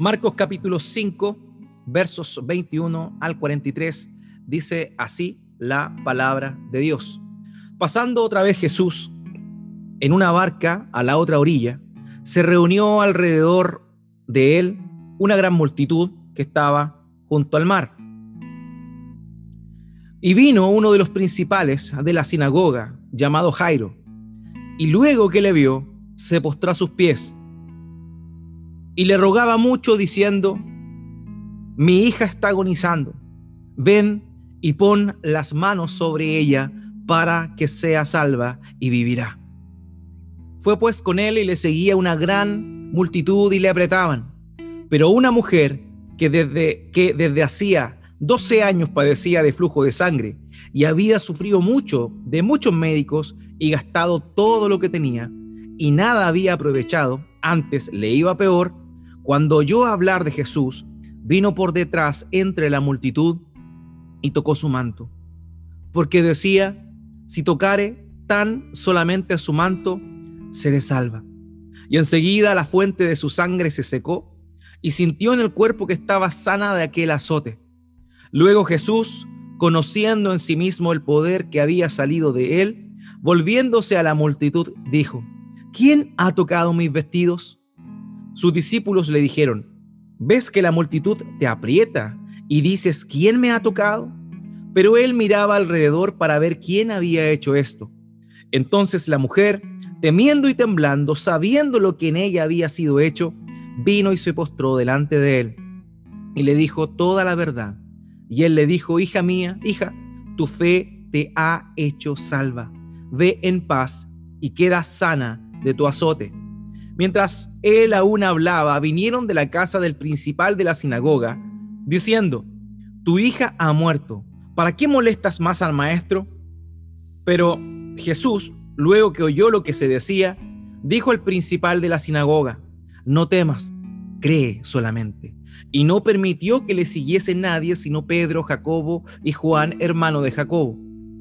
Marcos capítulo 5, versos 21 al 43, dice así la palabra de Dios. Pasando otra vez Jesús en una barca a la otra orilla, se reunió alrededor de él una gran multitud que estaba junto al mar. Y vino uno de los principales de la sinagoga, llamado Jairo, y luego que le vio, se postró a sus pies y le rogaba mucho diciendo: mi hija está agonizando, ven y pon las manos sobre ella para que sea salva y vivirá. Fue pues con él y le seguía una gran multitud y le apretaban. Pero una mujer que desde hacía 12 años padecía de flujo de sangre y había sufrido mucho de muchos médicos y gastado todo lo que tenía y nada había aprovechado, antes le iba peor, cuando oyó hablar de Jesús, vino por detrás entre la multitud y tocó su manto, porque decía: si tocare tan solamente a su manto, seré salva. Y enseguida la fuente de su sangre se secó y sintió en el cuerpo que estaba sana de aquel azote. Luego Jesús, conociendo en sí mismo el poder que había salido de él, volviéndose a la multitud, dijo: ¿quién ha tocado mis vestidos? Sus discípulos le dijeron: ¿ves que la multitud te aprieta y dices: ¿quién me ha tocado? Pero él miraba alrededor para ver quién había hecho esto. Entonces la mujer, temiendo y temblando, sabiendo lo que en ella había sido hecho, vino y se postró delante de él y le dijo toda la verdad. Y él le dijo: hija mía, hija, tu fe te ha hecho salva. Ve en paz y queda sana de tu azote. Mientras él aún hablaba, vinieron de la casa del principal de la sinagoga, diciendo: tu hija ha muerto, ¿para qué molestas más al maestro? Pero Jesús, luego que oyó lo que se decía, dijo al principal de la sinagoga: no temas, cree solamente. Y no permitió que le siguiese nadie sino Pedro, Jacobo y Juan, hermano de Jacobo.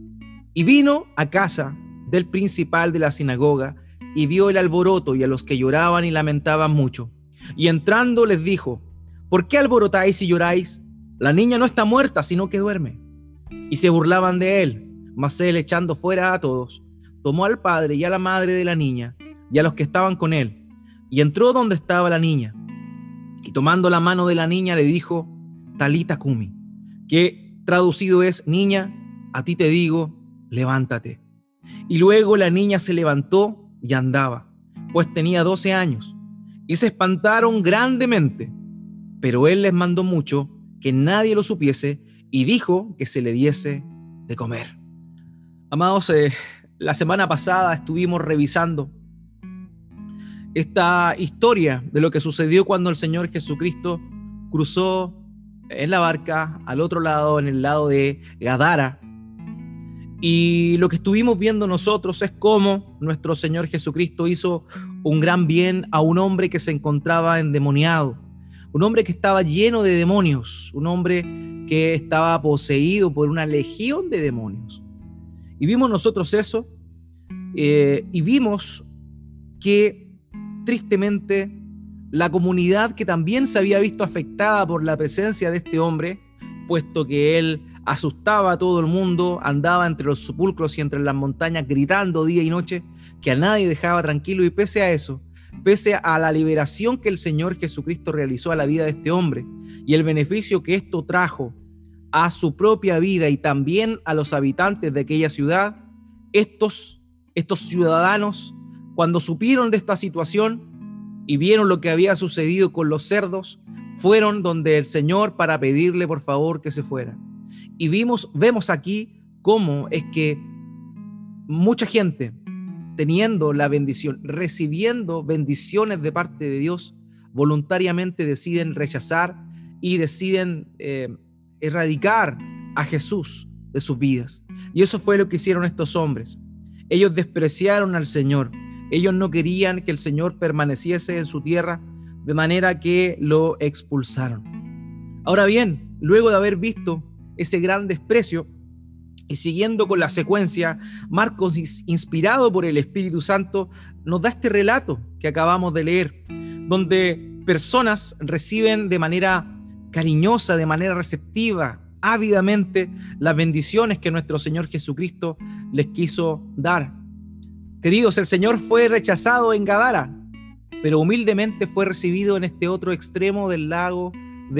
Y vino a casa del principal de la sinagoga y vio el alboroto y a los que lloraban y lamentaban mucho. Y entrando les dijo: ¿por qué alborotáis y lloráis? La niña no está muerta, sino que duerme. Y se burlaban de él. Mas él, echando fuera a todos, tomó al padre y a la madre de la niña y a los que estaban con él, y entró donde estaba la niña. Y tomando la mano de la niña le dijo: Talita cumi, que traducido es: niña, a ti te digo, levántate. Y luego la niña se levantó y andaba, pues tenía 12 años, y se espantaron grandemente. Pero él les mandó mucho que nadie lo supiese y dijo que se le diese de comer. Amados, la semana pasada estuvimos revisando esta historia de lo que sucedió cuando el Señor Jesucristo cruzó en la barca al otro lado, en el lado de Gadara. Y lo que estuvimos viendo nosotros es cómo nuestro Señor Jesucristo hizo un gran bien a un hombre que se encontraba endemoniado, un hombre que estaba lleno de demonios, un hombre que estaba poseído por una legión de demonios. Y vimos nosotros eso, y vimos que tristemente la comunidad, que también se había visto afectada por la presencia de este hombre, puesto que él asustaba a todo el mundo, andaba entre los sepulcros y entre las montañas gritando día y noche, que a nadie dejaba tranquilo. Y pese a eso, pese a la liberación que el Señor Jesucristo realizó a la vida de este hombre y el beneficio que esto trajo a su propia vida y también a los habitantes de aquella ciudad, estos ciudadanos, cuando supieron de esta situación y vieron lo que había sucedido con los cerdos, fueron donde el Señor para pedirle por favor que se fuera. Y vemos aquí cómo es que mucha gente, teniendo la bendición, recibiendo bendiciones de parte de Dios, voluntariamente deciden rechazar y deciden erradicar a Jesús de sus vidas. Y eso fue lo que hicieron estos hombres. Ellos despreciaron al Señor. Ellos no querían que el Señor permaneciese en su tierra, de manera que lo expulsaron. Ahora bien, luego de haber visto ese gran desprecio y siguiendo con la secuencia, Marcos, inspirado por el Espíritu Santo, nos da este relato que acabamos de leer, donde personas reciben de manera cariñosa, de manera receptiva, ávidamente, las bendiciones que nuestro Señor Jesucristo les quiso dar. Queridos, el Señor fue rechazado en Gadara, pero humildemente fue recibido en este otro extremo del lago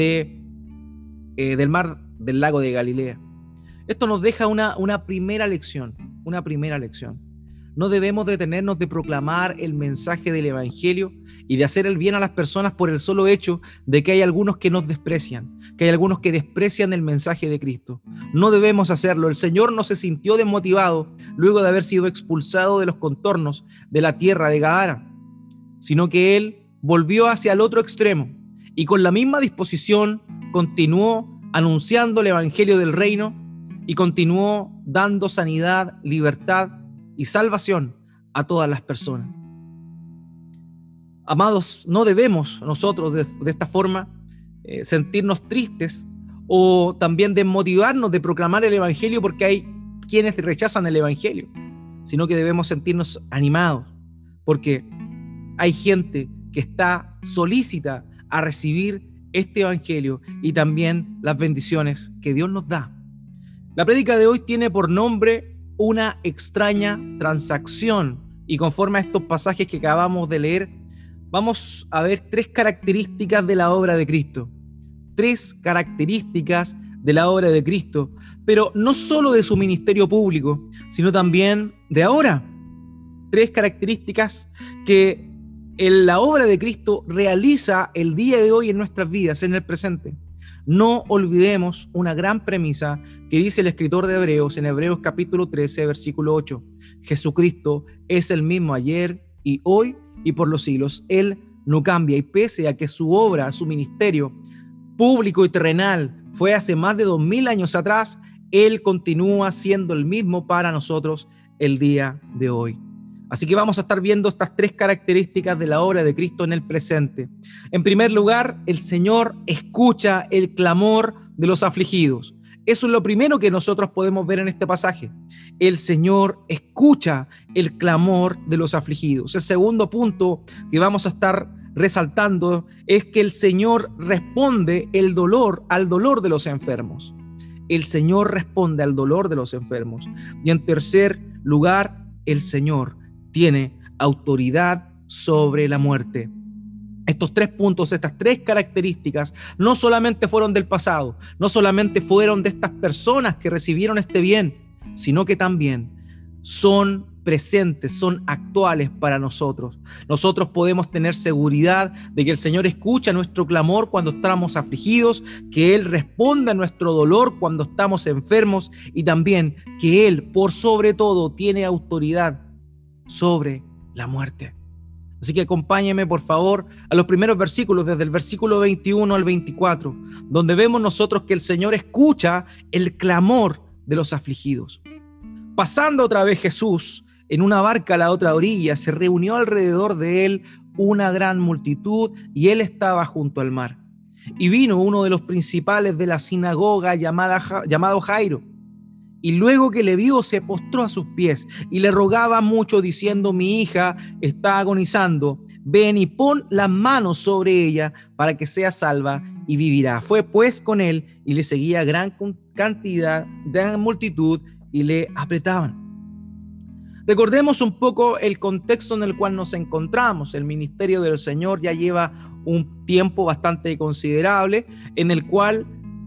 del mar del lago de Galilea. Esto nos deja una primera lección. No debemos detenernos de proclamar el mensaje del Evangelio y de hacer el bien a las personas por el solo hecho de que hay algunos que nos desprecian, que hay algunos que desprecian el mensaje de Cristo. No debemos hacerlo. El Señor no se sintió desmotivado luego de haber sido expulsado de los contornos de la tierra de Gadara, sino que Él volvió hacia el otro extremo y con la misma disposición continuó anunciando el Evangelio del Reino y continuó dando sanidad, libertad y salvación a todas las personas. Amados, no debemos nosotros de esta forma sentirnos tristes o también desmotivarnos de proclamar el Evangelio porque hay quienes rechazan el Evangelio, sino que debemos sentirnos animados porque hay gente que está solícita a recibir este Evangelio y también las bendiciones que Dios nos da. La prédica de hoy tiene por nombre una extraña transacción y conforme a estos pasajes que acabamos de leer, vamos a ver 3 características de la obra de Cristo. 3 características de la obra de Cristo, pero no solo de su ministerio público, sino también de ahora. 3 características que la obra de Cristo realiza el día de hoy en nuestras vidas, en el presente. No olvidemos una gran premisa que dice el escritor de Hebreos en Hebreos capítulo 13, versículo 8. Jesucristo es el mismo ayer y hoy y por los siglos. Él no cambia y pese a que su obra, su ministerio público y terrenal fue hace más de 2000 años atrás, Él continúa siendo el mismo para nosotros el día de hoy. Así que vamos a estar viendo estas 3 características de la obra de Cristo en el presente. En primer lugar, el Señor escucha el clamor de los afligidos. Eso es lo primero que nosotros podemos ver en este pasaje. El Señor escucha el clamor de los afligidos. El segundo punto que vamos a estar resaltando es que el Señor responde al dolor de los enfermos. El Señor responde al dolor de los enfermos. Y en tercer lugar, el Señor tiene autoridad sobre la muerte. Estos 3 puntos, estas 3 características, no solamente fueron del pasado, no solamente fueron de estas personas que recibieron este bien, sino que también son presentes, son actuales para nosotros. Nosotros podemos tener seguridad de que el Señor escucha nuestro clamor cuando estamos afligidos, que Él responde a nuestro dolor cuando estamos enfermos y también que Él, por sobre todo, tiene autoridad sobre la muerte. Así que acompáñenme por favor a los primeros versículos, desde el versículo 21 al 24, donde vemos nosotros que el Señor escucha el clamor de los afligidos. Pasando otra vez Jesús en una barca a la otra orilla, se reunió alrededor de él una gran multitud y él estaba junto al mar. Y vino uno de los principales de la sinagoga llamado Jairo. Y luego que le vio, se postró a sus pies y le rogaba mucho, diciendo: mi hija está agonizando, ven y pon las manos sobre ella para que sea salva y vivirá. Fue pues con él y le seguía gran cantidad de multitud y le apretaban. Recordemos un poco el contexto en el cual nos encontramos. El ministerio del Señor ya lleva un tiempo bastante considerable en el cual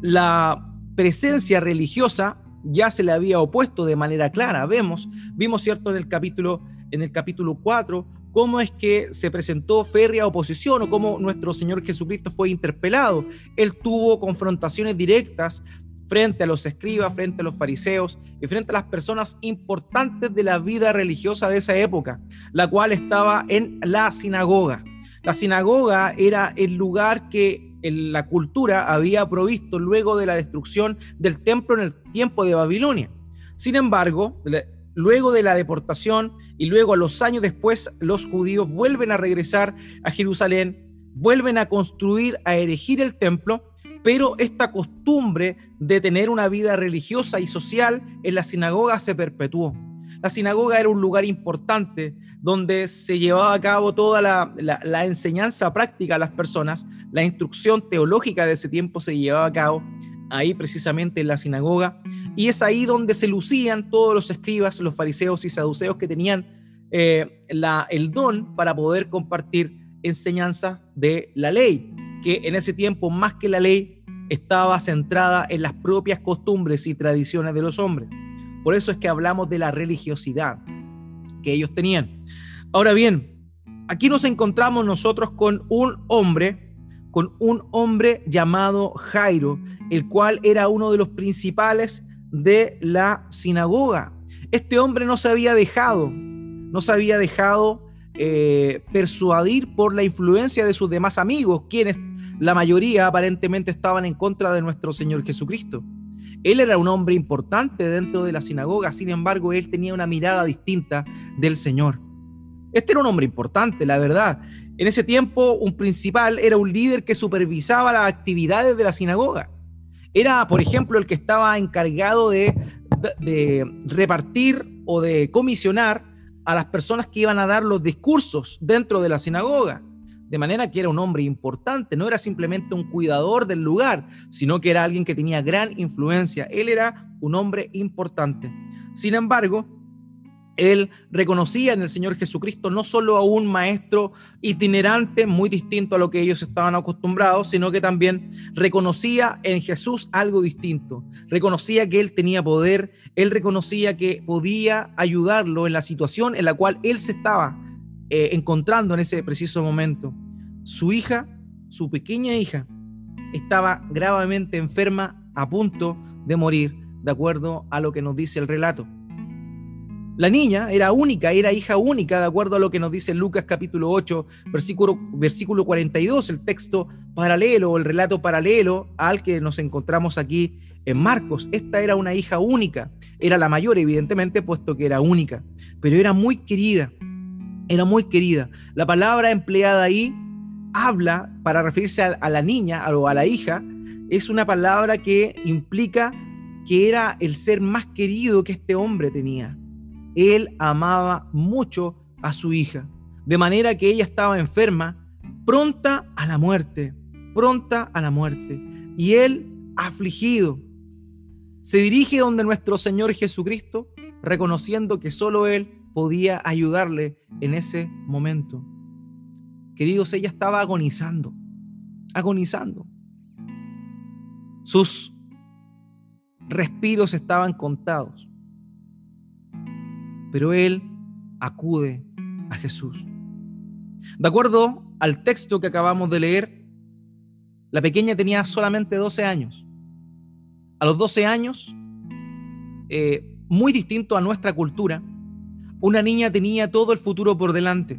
la presencia religiosa ya se le había opuesto de manera clara. Vimos cierto en el capítulo 4 cómo es que se presentó férrea oposición o cómo nuestro Señor Jesucristo fue interpelado. Él tuvo confrontaciones directas frente a los escribas, frente a los fariseos y frente a las personas importantes de la vida religiosa de esa época, la cual estaba en la sinagoga. La sinagoga era el lugar que la cultura había provisto luego de la destrucción del templo en el tiempo de Babilonia. Sin embargo, luego de la deportación y luego a los años después, los judíos vuelven a regresar a Jerusalén, vuelven a construir, a erigir el templo, pero esta costumbre de tener una vida religiosa y social en la sinagoga se perpetuó. La sinagoga era un lugar importante donde se llevaba a cabo toda la enseñanza práctica a las personas, la instrucción teológica de ese tiempo se llevaba a cabo ahí precisamente en la sinagoga, y es ahí donde se lucían todos los escribas, los fariseos y saduceos que tenían el don para poder compartir enseñanzas de la ley, que en ese tiempo, más que la ley, estaba centrada en las propias costumbres y tradiciones de los hombres. Por eso es que hablamos de la religiosidad que ellos tenían. Ahora bien, aquí nos encontramos nosotros con un hombre llamado Jairo, el cual era uno de los principales de la sinagoga. Este hombre no se había dejado persuadir por la influencia de sus demás amigos, quienes la mayoría aparentemente estaban en contra de nuestro Señor Jesucristo. Él era un hombre importante dentro de la sinagoga, sin embargo, él tenía una mirada distinta del Señor. Este era un hombre importante, la verdad. En ese tiempo, un principal era un líder que supervisaba las actividades de la sinagoga. Era, por ejemplo, el que estaba encargado de repartir o de comisionar a las personas que iban a dar los discursos dentro de la sinagoga. De manera que era un hombre importante, no era simplemente un cuidador del lugar, sino que era alguien que tenía gran influencia. Él era un hombre importante. Sin embargo, él reconocía en el Señor Jesucristo no solo a un maestro itinerante muy distinto a lo que ellos estaban acostumbrados, sino que también reconocía en Jesús algo distinto. Reconocía que él tenía poder, él reconocía que podía ayudarlo en la situación en la cual él se estaba encontrando en ese preciso momento. Su hija, su pequeña hija, estaba gravemente enferma, a punto de morir, de acuerdo a lo que nos dice el relato. La niña era única, era hija única, de acuerdo a lo que nos dice Lucas capítulo 8, versículo 42, el texto paralelo, el relato paralelo al que nos encontramos aquí en Marcos. Esta era una hija única, era la mayor evidentemente, puesto que era única, pero era muy querida, era muy querida. La palabra empleada ahí habla, para referirse a la niña o a la hija, es una palabra que implica que era el ser más querido que este hombre tenía. Él amaba mucho a su hija, de manera que ella estaba enferma, pronta a la muerte, y él, afligido, se dirige donde nuestro Señor Jesucristo, reconociendo que solo él podía ayudarle en ese momento. Queridos, ella estaba agonizando. Sus respiros estaban contados. Pero él acude a Jesús. De acuerdo al texto que acabamos de leer, la pequeña tenía solamente 12 años. A los 12 años, muy distinto a nuestra cultura, una niña tenía todo el futuro por delante,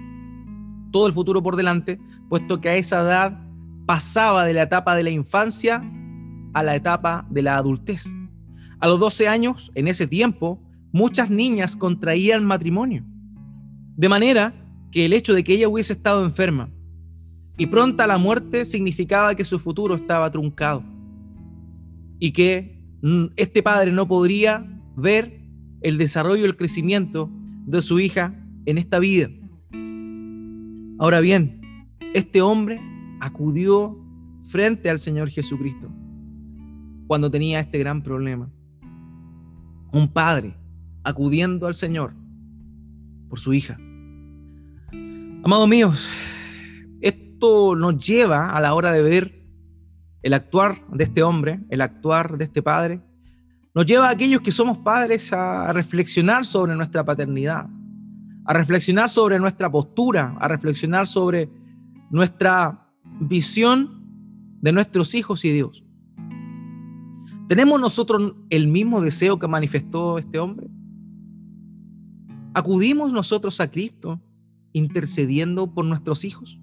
puesto que a esa edad pasaba de la etapa de la infancia a la etapa de la adultez. A los 12 años, en ese tiempo, muchas niñas contraían matrimonio, de manera que el hecho de que ella hubiese estado enferma y pronta a la muerte significaba que su futuro estaba truncado y que este padre no podría ver el desarrollo y el crecimiento de su hija en esta vida. Ahora bien, este hombre acudió frente al Señor Jesucristo cuando tenía este gran problema. Un padre acudiendo al Señor por su hija. Amados míos, esto nos lleva, a la hora de ver el actuar de este hombre, el actuar de este padre, nos lleva a aquellos que somos padres a reflexionar sobre nuestra paternidad, a reflexionar sobre nuestra postura, a reflexionar sobre nuestra visión de nuestros hijos y Dios. ¿Tenemos nosotros el mismo deseo que manifestó este hombre? ¿Acudimos nosotros a Cristo intercediendo por nuestros hijos?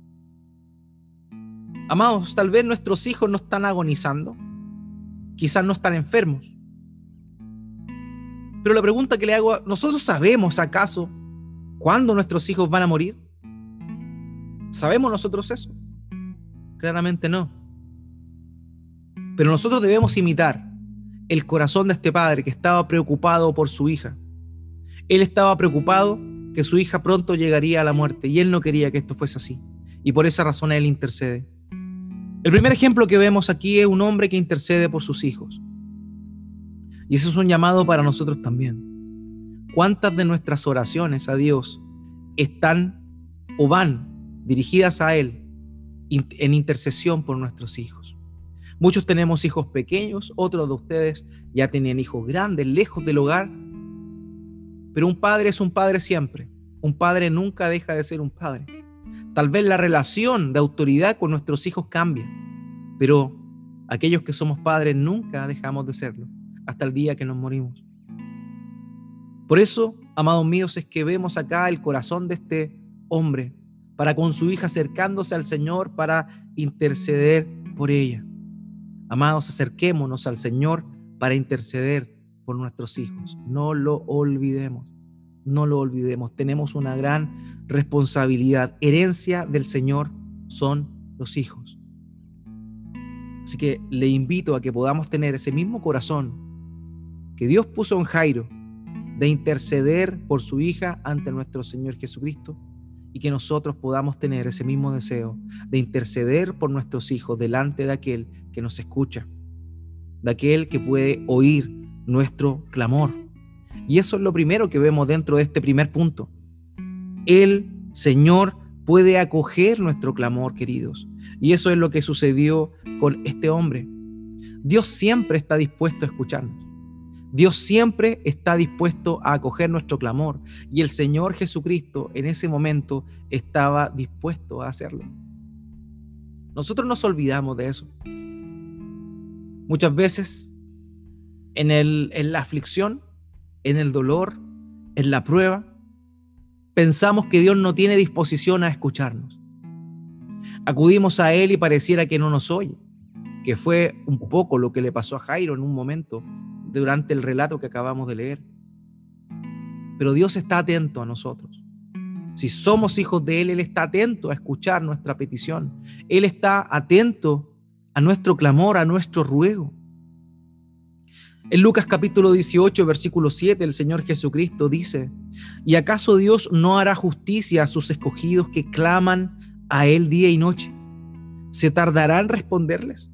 Amados, tal vez nuestros hijos no están agonizando, quizás no están enfermos. Pero la pregunta que le hago, ¿nosotros sabemos acaso cuándo nuestros hijos van a morir? ¿Sabemos nosotros eso? Claramente no. Pero nosotros debemos imitar el corazón de este padre que estaba preocupado por su hija. Él estaba preocupado que su hija pronto llegaría a la muerte y él no quería que esto fuese así. Y por esa razón él intercede. El primer ejemplo que vemos aquí es un hombre que intercede por sus hijos. Y eso es un llamado para nosotros también. ¿Cuántas de nuestras oraciones a Dios están o van dirigidas a Él en intercesión por nuestros hijos? Muchos tenemos hijos pequeños, otros de ustedes ya tenían hijos grandes, lejos del hogar. Pero un padre es un padre siempre. Un padre nunca deja de ser un padre. Tal vez la relación de autoridad con nuestros hijos cambie, pero aquellos que somos padres nunca dejamos de serlo, hasta el día que nos morimos. Por eso, amados míos, es que vemos acá el corazón de este hombre, para con su hija acercándose al Señor para interceder por ella. Amados, acerquémonos al Señor para interceder por nuestros hijos. No lo olvidemos, no lo olvidemos. Tenemos una gran responsabilidad. Herencia del Señor son los hijos. Así que le invito a que podamos tener ese mismo corazón que Dios puso en Jairo, de interceder por su hija ante nuestro Señor Jesucristo, y que nosotros podamos tener ese mismo deseo de interceder por nuestros hijos delante de aquel que nos escucha, de aquel que puede oír nuestro clamor. Y eso es lo primero que vemos dentro de este primer punto. El Señor puede acoger nuestro clamor, queridos. Y eso es lo que sucedió con este hombre. Dios siempre está dispuesto a escucharnos. Dios siempre está dispuesto a acoger nuestro clamor, y el Señor Jesucristo en ese momento estaba dispuesto a hacerlo. Nosotros nos olvidamos de eso. Muchas veces en la aflicción, en el dolor, en la prueba, pensamos que Dios no tiene disposición a escucharnos. Acudimos a Él y pareciera que no nos oye, que fue un poco lo que le pasó a Jairo en un momento durante el relato que acabamos de leer. Pero Dios está atento a nosotros. Si somos hijos de Él, Él está atento a escuchar nuestra petición. Él está atento a nuestro clamor, a nuestro ruego. En Lucas capítulo 18, versículo 7, el Señor Jesucristo dice: ¿Y acaso Dios no hará justicia a sus escogidos que claman a Él día y noche? ¿Se tardará en responderles?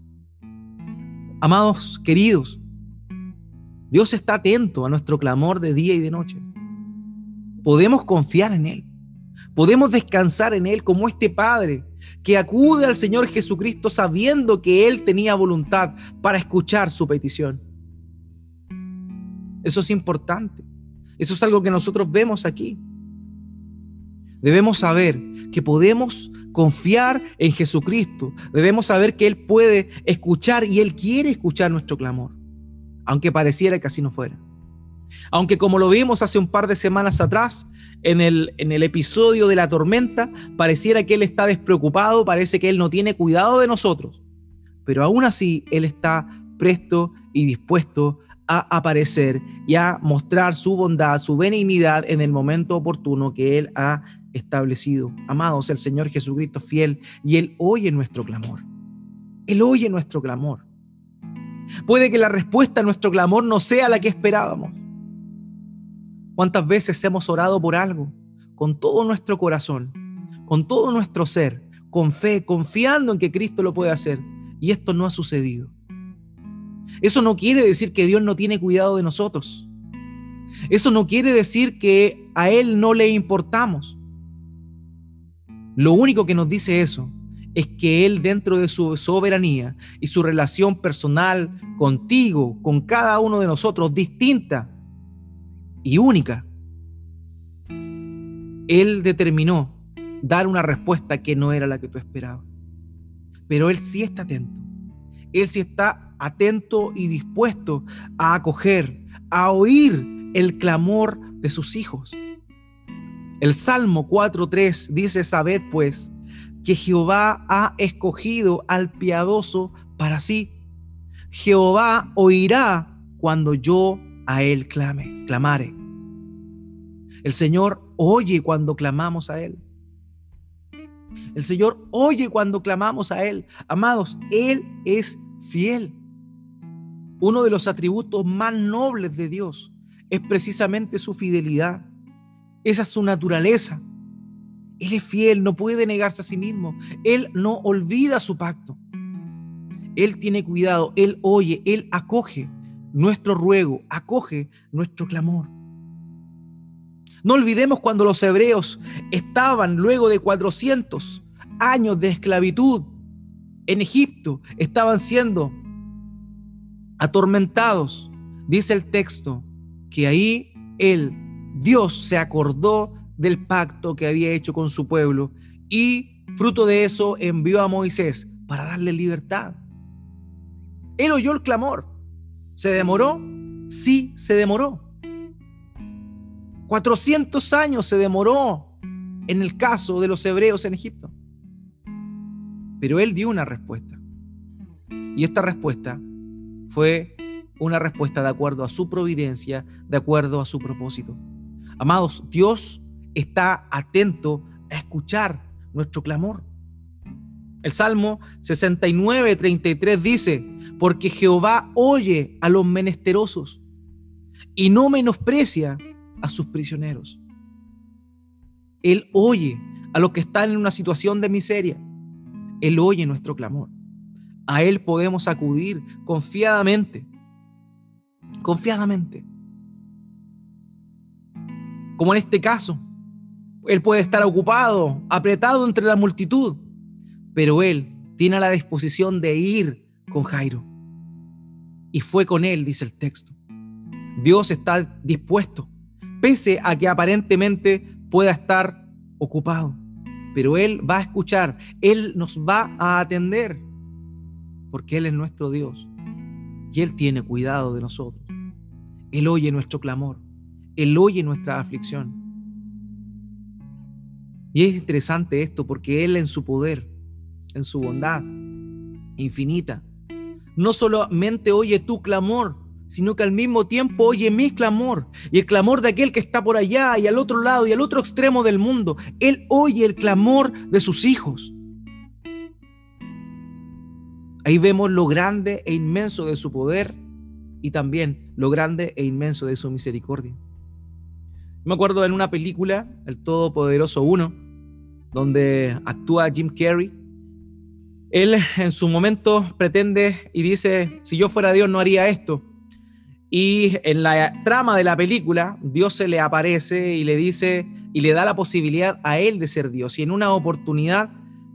Amados, queridos, Dios está atento a nuestro clamor de día y de noche. Podemos confiar en Él. Podemos descansar en Él como este Padre que acude al Señor Jesucristo sabiendo que Él tenía voluntad para escuchar su petición. Eso es importante. Eso es algo que nosotros vemos aquí. Debemos saber que podemos confiar en Jesucristo. Debemos saber que Él puede escuchar y Él quiere escuchar nuestro clamor, aunque pareciera que así no fuera. Aunque, como lo vimos hace un par de semanas atrás, en el episodio de la tormenta, pareciera que Él está despreocupado, parece que Él no tiene cuidado de nosotros. Pero aún así, Él está presto y dispuesto a aparecer y a mostrar su bondad, su benignidad en el momento oportuno que Él ha establecido. Amados, el Señor Jesucristo es fiel y Él oye nuestro clamor. Él oye nuestro clamor. Puede que la respuesta a nuestro clamor no sea la que esperábamos. ¿Cuántas veces hemos orado por algo con todo nuestro corazón, con todo nuestro ser, con fe, confiando en que Cristo lo puede hacer, y esto no ha sucedido? Eso no quiere decir que Dios no tiene cuidado de nosotros. Eso no quiere decir que a Él no le importamos. Lo único que nos dice eso es que Él, dentro de su soberanía y su relación personal contigo, con cada uno de nosotros, distinta y única, Él determinó dar una respuesta que no era la que tú esperabas. Pero Él sí está atento. Él sí está atento y dispuesto a acoger, a oír el clamor de sus hijos. El Salmo 4:3 dice: sabed pues que Jehová ha escogido al piadoso para sí. Jehová oirá cuando yo a Él clamare. El Señor oye cuando clamamos a Él. El Señor oye cuando clamamos a Él. Amados, Él es fiel. Uno de los atributos más nobles de Dios es precisamente su fidelidad. Esa es su naturaleza. Él es fiel, no puede negarse a sí mismo. Él no olvida su pacto. Él tiene cuidado, Él oye, Él acoge nuestro ruego, acoge nuestro clamor. No olvidemos cuando los hebreos estaban luego de 400 años de esclavitud en Egipto, estaban siendo atormentados. Dice el texto que ahí Dios se acordó del pacto que había hecho con su pueblo y fruto de eso envió a Moisés para darle libertad. Él oyó el clamor. ¿Se demoró? Sí, se demoró. 400 años se demoró en el caso de los hebreos en Egipto. Pero él dio una respuesta. Y esta respuesta fue una respuesta de acuerdo a su providencia, de acuerdo a su propósito. Amados, Dios está atento a escuchar nuestro clamor. El Salmo 69:33 dice: porque Jehová oye a los menesterosos y no menosprecia a sus prisioneros. Él oye a los que están en una situación de miseria. Él oye nuestro clamor. A Él podemos acudir confiadamente. Confiadamente. Como en este caso, Él puede estar ocupado, apretado entre la multitud, pero Él tiene la disposición de ir con Jairo. Y fue con él, dice el texto. Dios está dispuesto, pese a que aparentemente pueda estar ocupado, pero Él va a escuchar, Él nos va a atender, porque Él es nuestro Dios y Él tiene cuidado de nosotros. Él oye nuestro clamor, Él oye nuestra aflicción. Y es interesante esto porque Él en su poder, en su bondad infinita, no solamente oye tu clamor, sino que al mismo tiempo oye mi clamor y el clamor de aquel que está por allá y al otro lado y al otro extremo del mundo. Él oye el clamor de sus hijos. Ahí vemos lo grande e inmenso de su poder y también lo grande e inmenso de su misericordia. Me acuerdo en una película, El Todopoderoso 1, donde actúa Jim Carrey. Él en su momento pretende y dice: si yo fuera Dios no haría esto. Y en la trama de la película, Dios se le aparece y le dice y le da la posibilidad a él de ser Dios. Y en una oportunidad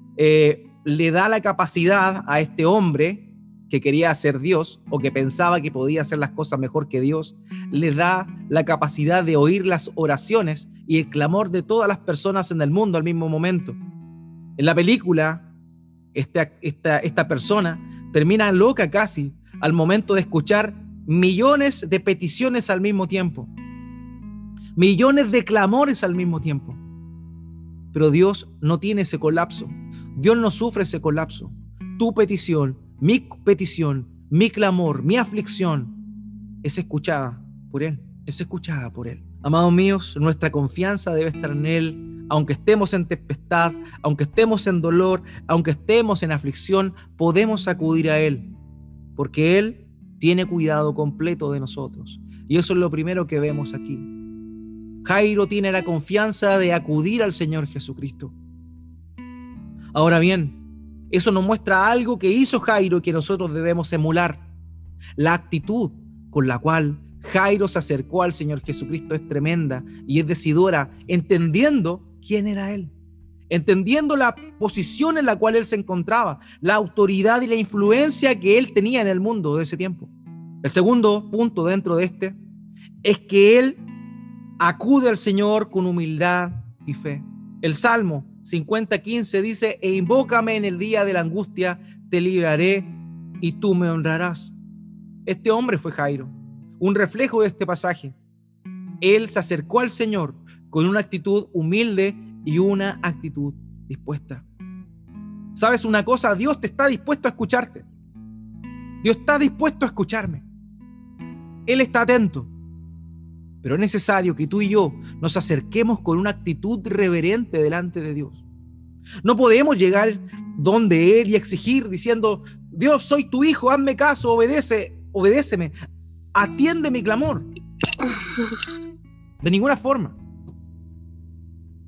le da la capacidad a este hombre que quería ser Dios o que pensaba que podía hacer las cosas mejor que Dios, le da la capacidad de oír las oraciones y el clamor de todas las personas en el mundo al mismo momento. En la película, esta persona termina loca casi al momento de escuchar millones de peticiones al mismo tiempo, millones de clamores al mismo tiempo. Pero Dios no tiene ese colapso. Dios no sufre ese colapso. Tu petición, mi clamor, mi aflicción es escuchada por Él. Es escuchada por Él. Amados míos, nuestra confianza debe estar en Él. Aunque estemos en tempestad, aunque estemos en dolor, aunque estemos en aflicción, podemos acudir a Él, porque Él tiene cuidado completo de nosotros. Y eso es lo primero que vemos aquí. Jairo tiene la confianza de acudir al Señor Jesucristo. Ahora bien, eso nos muestra algo que hizo Jairo que nosotros debemos emular. La actitud con la cual Jairo se acercó al Señor Jesucristo es tremenda y es decidora, entendiendo quién era Él, entendiendo la posición en la cual Él se encontraba, la autoridad y la influencia que Él tenía en el mundo de ese tiempo. El segundo punto dentro de este es que Él acude al Señor con humildad y fe. El Salmo 50:15 dice: e invócame en el día de la angustia, te libraré y tú me honrarás. Este hombre fue Jairo, un reflejo de este pasaje. Él se acercó al Señor con una actitud humilde y una actitud dispuesta. ¿Sabes una cosa? Dios te está dispuesto a escucharte. Dios está dispuesto a escucharme. Él está atento. Pero es necesario que tú y yo nos acerquemos con una actitud reverente delante de Dios. No podemos llegar donde Él y exigir diciendo: Dios, soy tu hijo, hazme caso, obedéceme, atiende mi clamor. De ninguna forma.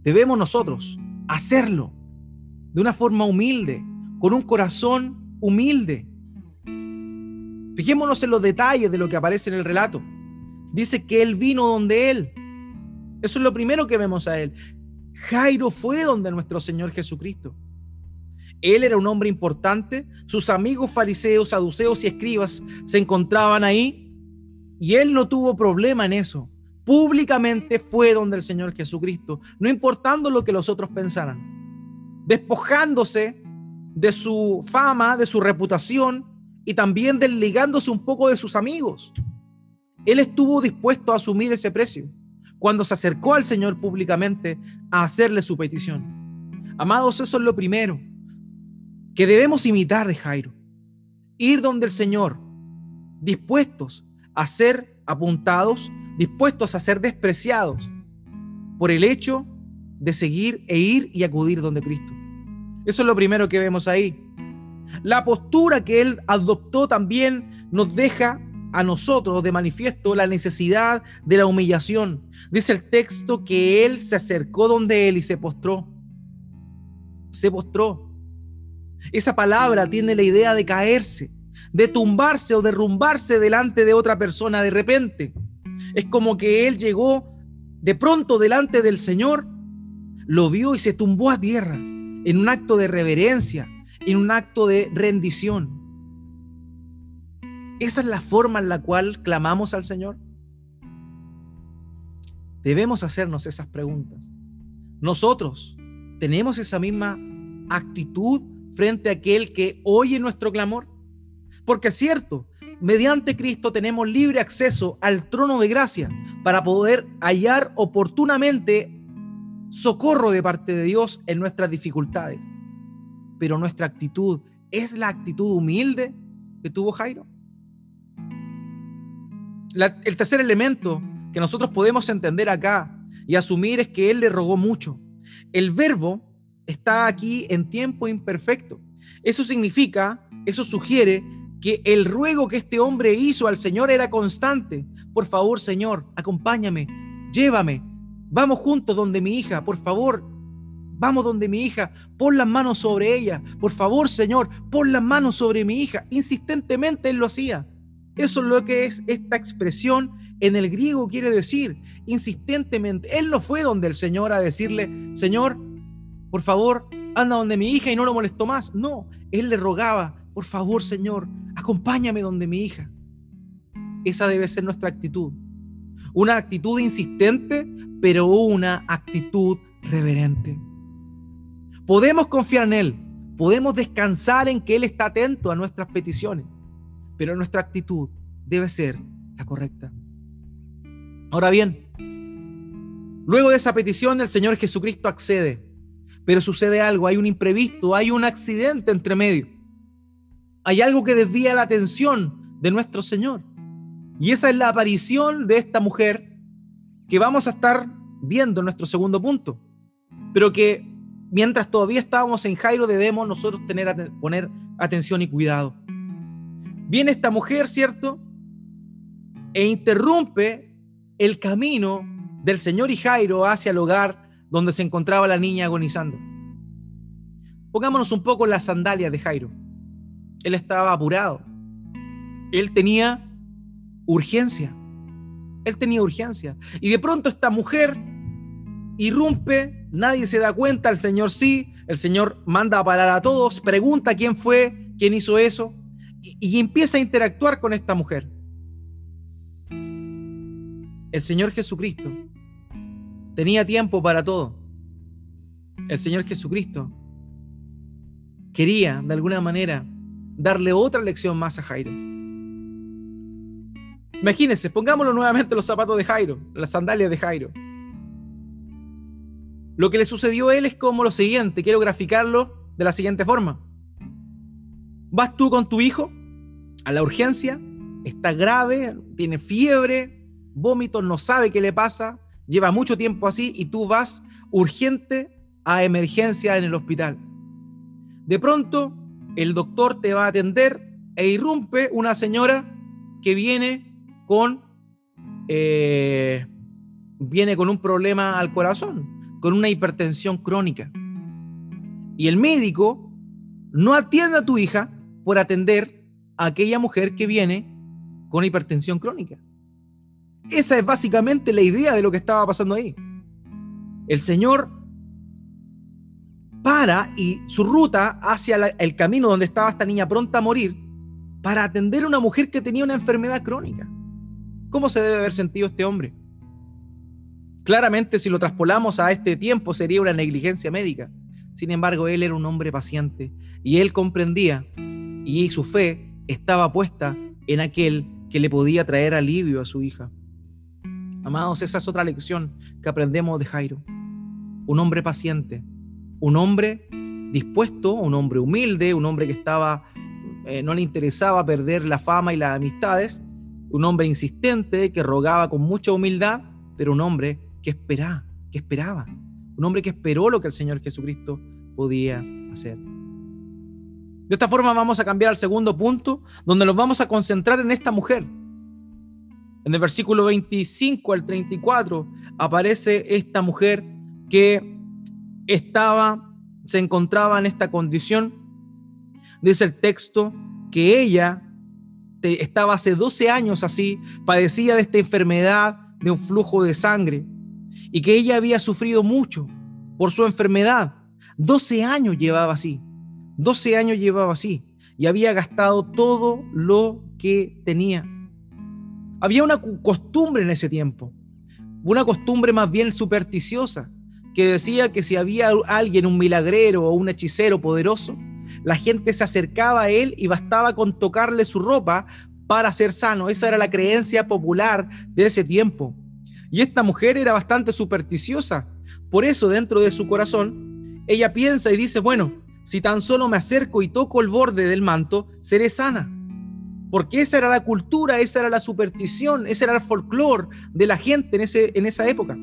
debemos nosotros hacerlo de una forma humilde, con un corazón humilde. Fijémonos en los detalles de lo que aparece en el relato. Dice que él vino donde él. Eso es lo primero que vemos a él. Jairo fue donde nuestro Señor Jesucristo. Él era un hombre importante, sus amigos fariseos, saduceos y escribas se encontraban ahí y él no tuvo problema en eso. Públicamente fue donde el Señor Jesucristo, no importando lo que los otros pensaran, despojándose de su fama, de su reputación y también desligándose un poco de sus amigos. Él estuvo dispuesto a asumir ese precio cuando se acercó al Señor públicamente a hacerle su petición. Amados, eso es lo primero que debemos imitar de Jairo. Ir donde el Señor, dispuestos a ser apuntados, dispuestos a ser despreciados por el hecho de seguir e ir y acudir donde Cristo. Eso es lo primero que vemos ahí. La postura que él adoptó también nos deja a nosotros de manifiesto la necesidad de la humillación. Dice el texto que él se acercó donde él y se postró. Se postró. Esa palabra tiene la idea de caerse, de tumbarse o derrumbarse delante de otra persona de repente. Es como que él llegó de pronto delante del Señor, lo vio y se tumbó a tierra en un acto de reverencia, en un acto de rendición. ¿Esa es la forma en la cual clamamos al Señor? Debemos hacernos esas preguntas. ¿Nosotros tenemos esa misma actitud frente a aquel que oye nuestro clamor? Porque es cierto, mediante Cristo tenemos libre acceso al trono de gracia para poder hallar oportunamente socorro de parte de Dios en nuestras dificultades. Pero nuestra actitud es la actitud humilde que tuvo Jairo. El tercer elemento que nosotros podemos entender acá y asumir es que él le rogó mucho. El verbo está aquí en tiempo imperfecto. Eso significa, eso sugiere que el ruego que este hombre hizo al Señor era constante. Por favor, Señor, acompáñame, llévame, vamos juntos donde mi hija, por favor, vamos donde mi hija, pon las manos sobre ella, por favor, Señor, pon las manos sobre mi hija. Insistentemente él lo hacía. Eso es lo que es esta expresión en el griego, quiere decir insistentemente. Él no fue donde el Señor a decirle, Señor, por favor, anda donde mi hija y no lo molestó más. No, él le rogaba, por favor, Señor, acompáñame donde mi hija. Esa debe ser nuestra actitud. Una actitud insistente, pero una actitud reverente. Podemos confiar en Él, podemos descansar en que Él está atento a nuestras peticiones, pero nuestra actitud debe ser la correcta. Ahora bien, luego de esa petición, el Señor Jesucristo accede. Pero sucede algo, hay un imprevisto, hay un accidente entre medio. Hay algo que desvía la atención de nuestro Señor. Y esa es la aparición de esta mujer que vamos a estar viendo en nuestro segundo punto. Pero que mientras todavía estábamos en Jairo debemos nosotros poner atención y cuidado. Viene esta mujer, ¿cierto? E interrumpe el camino del Señor y Jairo hacia el hogar donde se encontraba la niña agonizando. Pongámonos un poco en las sandalias de Jairo. Él estaba apurado. Él tenía urgencia. Y de pronto esta mujer irrumpe, nadie se da cuenta, el Señor sí, el Señor manda a parar a todos, pregunta quién fue, quién hizo eso, y empieza a interactuar con esta mujer. El Señor Jesucristo tenía tiempo para todo. El Señor Jesucristo quería, de alguna manera, darle otra lección más a Jairo. Imagínense, pongámoslo nuevamente en los zapatos de Jairo, las sandalias de Jairo. Lo que le sucedió a él es como lo siguiente, quiero graficarlo de la siguiente forma. Vas tú con tu hijo a la urgencia, está grave, tiene fiebre, vómitos, no sabe qué le pasa, lleva mucho tiempo así y tú vas urgente a emergencia en el hospital. De pronto, el doctor te va a atender e irrumpe una señora que viene con un problema al corazón. con una hipertensión crónica. Y el médico no atiende a tu hija por atender a aquella mujer que viene con hipertensión crónica. Esa es básicamente la idea de lo que estaba pasando ahí. El Señor para y su ruta hacia el camino donde estaba esta niña pronta a morir para atender a una mujer que tenía una enfermedad crónica. ¿Cómo se debe haber sentido este hombre? Claramente, si lo traspolamos a este tiempo, sería una negligencia médica. Sin embargo, él era un hombre paciente y él comprendía, y su fe estaba puesta en aquel que le podía traer alivio a su hija. Amados, esa es otra lección que aprendemos de Jairo. Un hombre paciente, un hombre dispuesto, un hombre humilde, un hombre que no le interesaba perder la fama y las amistades, un hombre insistente que rogaba con mucha humildad, pero un hombre que esperaba, un hombre que esperó lo que el Señor Jesucristo podía hacer. De esta forma vamos a cambiar al segundo punto, donde nos vamos a concentrar en esta mujer. En el versículo 25 al 34 aparece esta mujer que se encontraba en esta condición. Dice el texto que ella estaba hace 12 años así, padecía de esta enfermedad de un flujo de sangre y que ella había sufrido mucho por su enfermedad. 12 años llevaba así y había gastado todo lo que tenía. Había una costumbre en ese tiempo, una costumbre más bien supersticiosa, que decía que si había alguien, un milagrero o un hechicero poderoso, la gente se acercaba a él y bastaba con tocarle su ropa para ser sano. Esa era la creencia popular de ese tiempo. Y esta mujer era bastante supersticiosa. Por eso, dentro de su corazón, ella piensa y dice, bueno, si tan solo me acerco y toco el borde del manto, seré sana. Porque esa era la cultura, esa era la superstición, ese era el folclore de la gente en esa época.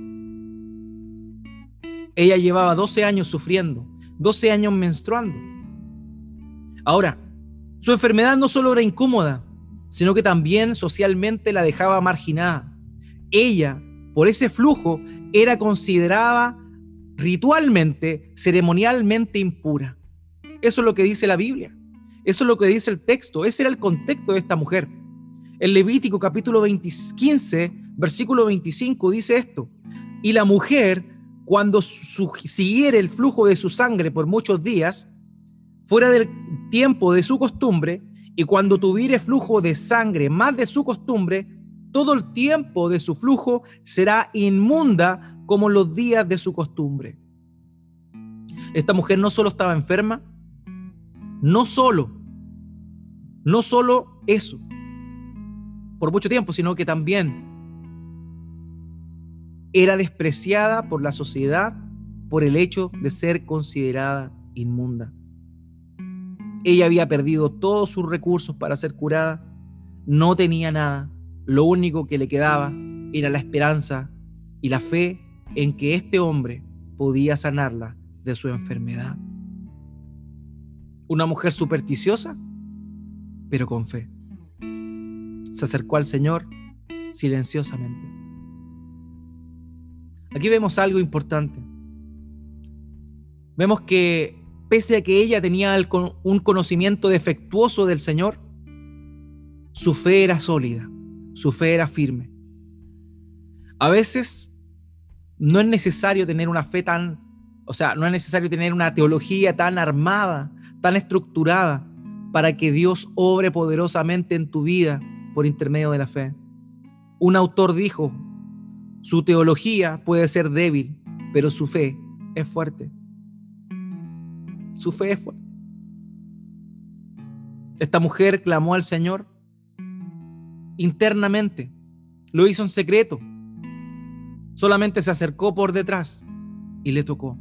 Ella llevaba 12 años sufriendo, 12 años menstruando. Ahora, su enfermedad no solo era incómoda, sino que también socialmente la dejaba marginada. Ella, por ese flujo, era considerada ritualmente, ceremonialmente impura. Eso es lo que dice la Biblia. Eso es lo que dice el texto. Ese era el contexto de esta mujer. En Levítico capítulo 15, versículo 25 dice esto: y la mujer, cuando siguiere el flujo de su sangre por muchos días, fuera del tiempo de su costumbre, y cuando tuviere flujo de sangre más de su costumbre, todo el tiempo de su flujo será inmunda como los días de su costumbre. Esta mujer no solo estaba enferma, no solo eso, por mucho tiempo, sino que también era despreciada por la sociedad por el hecho de ser considerada inmunda. Ella había perdido todos sus recursos para ser curada, no tenía nada, lo único que le quedaba era la esperanza y la fe en que este hombre podía sanarla de su enfermedad. Una mujer supersticiosa, pero con fe. Se acercó al Señor silenciosamente. Aquí vemos algo importante. Vemos que pese a que ella tenía un conocimiento defectuoso del Señor, su fe era sólida, su fe era firme. A veces no es necesario tener una fe no es necesario tener una teología tan armada, tan estructurada, para que Dios obre poderosamente en tu vida por intermedio de la fe. Un autor dijo, su teología puede ser débil, pero su fe es fuerte. Su fe es fuerte. Esta mujer clamó al Señor internamente, lo hizo en secreto, solamente se acercó por detrás y le tocó.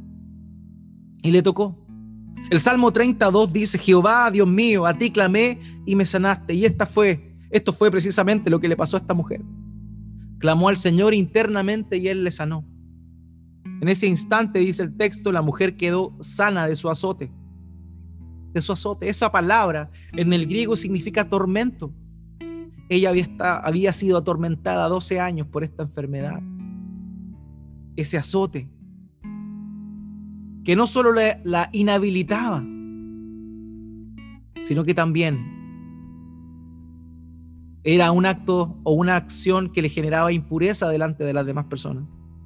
El Salmo 32 dice, Jehová, Dios mío, a ti clamé y me sanaste. Y esto fue precisamente lo que le pasó a esta mujer. Clamó al Señor internamente y Él le sanó. En ese instante, dice el texto, la mujer quedó sana de su azote. Esa palabra en el griego significa tormento. Ella había sido atormentada 12 años por esta enfermedad. Ese azote que no solo la inhabilitaba, sino que también era un acto o una acción que le generaba impureza delante de las demás personas.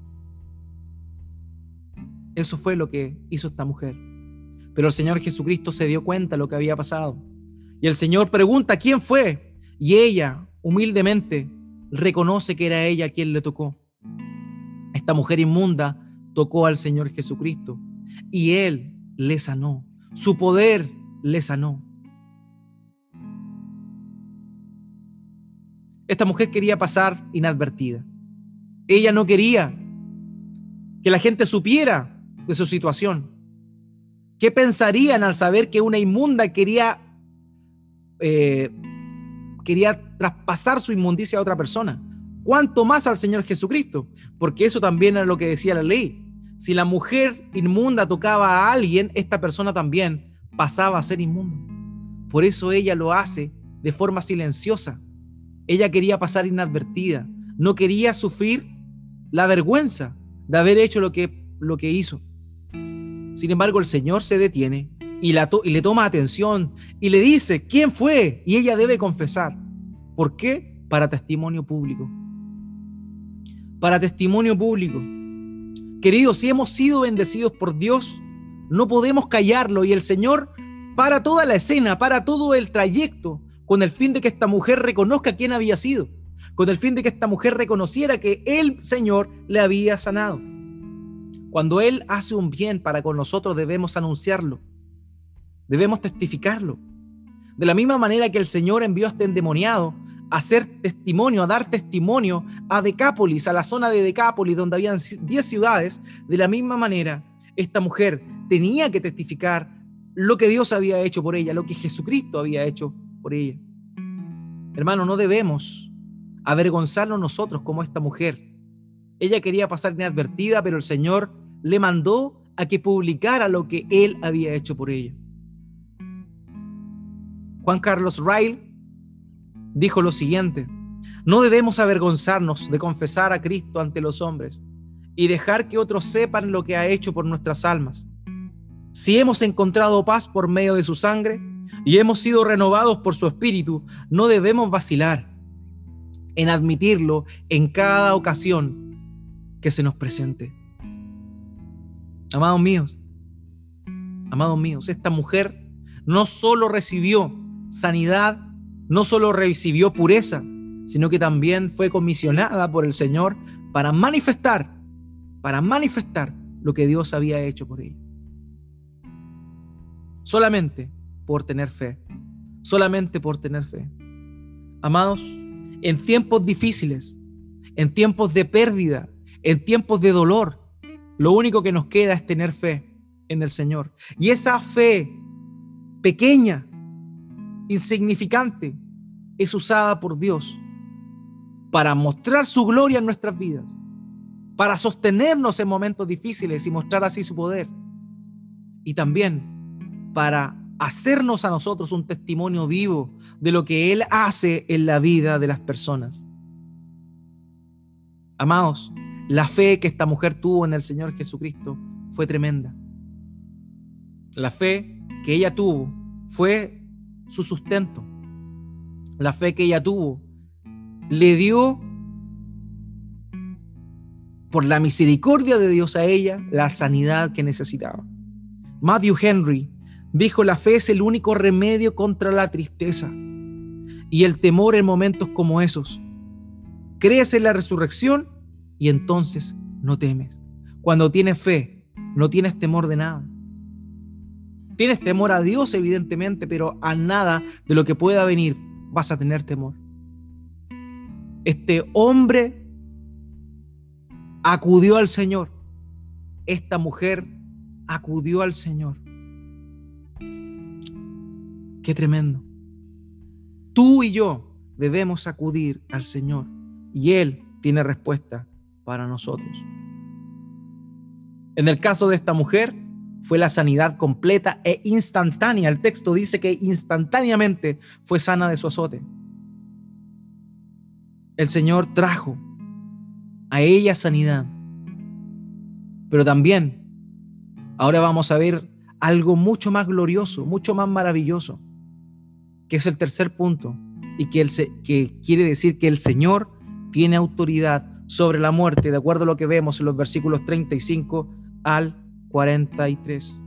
Eso fue lo que hizo esta mujer. Pero el Señor Jesucristo se dio cuenta de lo que había pasado. Y el Señor pregunta quién fue. Y ella, humildemente, reconoce que era ella quien le tocó. Esta mujer inmunda tocó al Señor Jesucristo y Él le sanó. Su poder le sanó. Esta mujer quería pasar inadvertida. Ella no quería que la gente supiera de su situación. ¿Qué pensarían al saber que una inmunda quería traspasar su inmundicia a otra persona? ¿Cuánto más al Señor Jesucristo? Porque eso también era lo que decía la ley. Si la mujer inmunda tocaba a alguien, esta persona también pasaba a ser inmundo. Por eso ella lo hace de forma silenciosa. Ella quería pasar inadvertida. No quería sufrir la vergüenza de haber hecho lo que hizo. Sin embargo, el Señor se detiene y le toma atención y le dice quién fue, y ella debe confesar. ¿Por qué? Para testimonio público. Para testimonio público. Queridos, si hemos sido bendecidos por Dios, no podemos callarlo, y el Señor para toda la escena, para todo el trayecto, con el fin de que esta mujer reconozca quién había sido, con el fin de que esta mujer reconociera que el Señor le había sanado. Cuando Él hace un bien para con nosotros, debemos anunciarlo, debemos testificarlo. De la misma manera que el Señor envió a este endemoniado a hacer testimonio, a dar testimonio a Decápolis, a la zona de Decápolis, donde habían 10 ciudades, de la misma manera, esta mujer tenía que testificar lo que Dios había hecho por ella, lo que Jesucristo había hecho por ella. Hermano, no debemos avergonzarnos nosotros como esta mujer. Ella quería pasar inadvertida, pero el Señor le mandó a que publicara lo que Él había hecho por ella. Juan Carlos Riley dijo lo siguiente: no debemos avergonzarnos de confesar a Cristo ante los hombres y dejar que otros sepan lo que ha hecho por nuestras almas. Si hemos encontrado paz por medio de su sangre y hemos sido renovados por su espíritu, no debemos vacilar en admitirlo en cada ocasión que se nos presente. Amados míos, esta mujer no solo recibió sanidad, no solo recibió pureza, sino que también fue comisionada por el Señor para manifestar lo que Dios había hecho por ella. Solamente por tener fe. Amados, en tiempos difíciles, en tiempos de pérdida, en tiempos de dolor, lo único que nos queda es tener fe en el Señor. Y esa fe pequeña, insignificante, es usada por Dios para mostrar su gloria en nuestras vidas, para sostenernos en momentos difíciles y mostrar así su poder, y también para hacernos a nosotros un testimonio vivo de lo que Él hace en la vida de las personas. Amados, la fe que esta mujer tuvo en el Señor Jesucristo fue tremenda. La fe que ella tuvo fue su sustento. La fe que ella tuvo le dio, por la misericordia de Dios a ella, la sanidad que necesitaba. Matthew Henry dijo: la fe es el único remedio contra la tristeza y el temor en momentos como esos. Crees en la resurrección y entonces no temes. Cuando tienes fe, no tienes temor de nada. Tienes temor a Dios, evidentemente, pero a nada de lo que pueda venir vas a tener temor. Este hombre acudió al Señor. Esta mujer acudió al Señor. Qué tremendo. Tú y yo debemos acudir al Señor y Él tiene respuesta para nosotros. En el caso de esta mujer, fue la sanidad completa e instantánea. El texto dice que instantáneamente fue sana de su azote. El Señor trajo a ella sanidad, pero también Ahora vamos a ver algo mucho más glorioso, mucho más maravilloso, que es el tercer punto, y que quiere decir que el Señor tiene autoridad sobre la muerte, de acuerdo a lo que vemos en los versículos 35 al 43.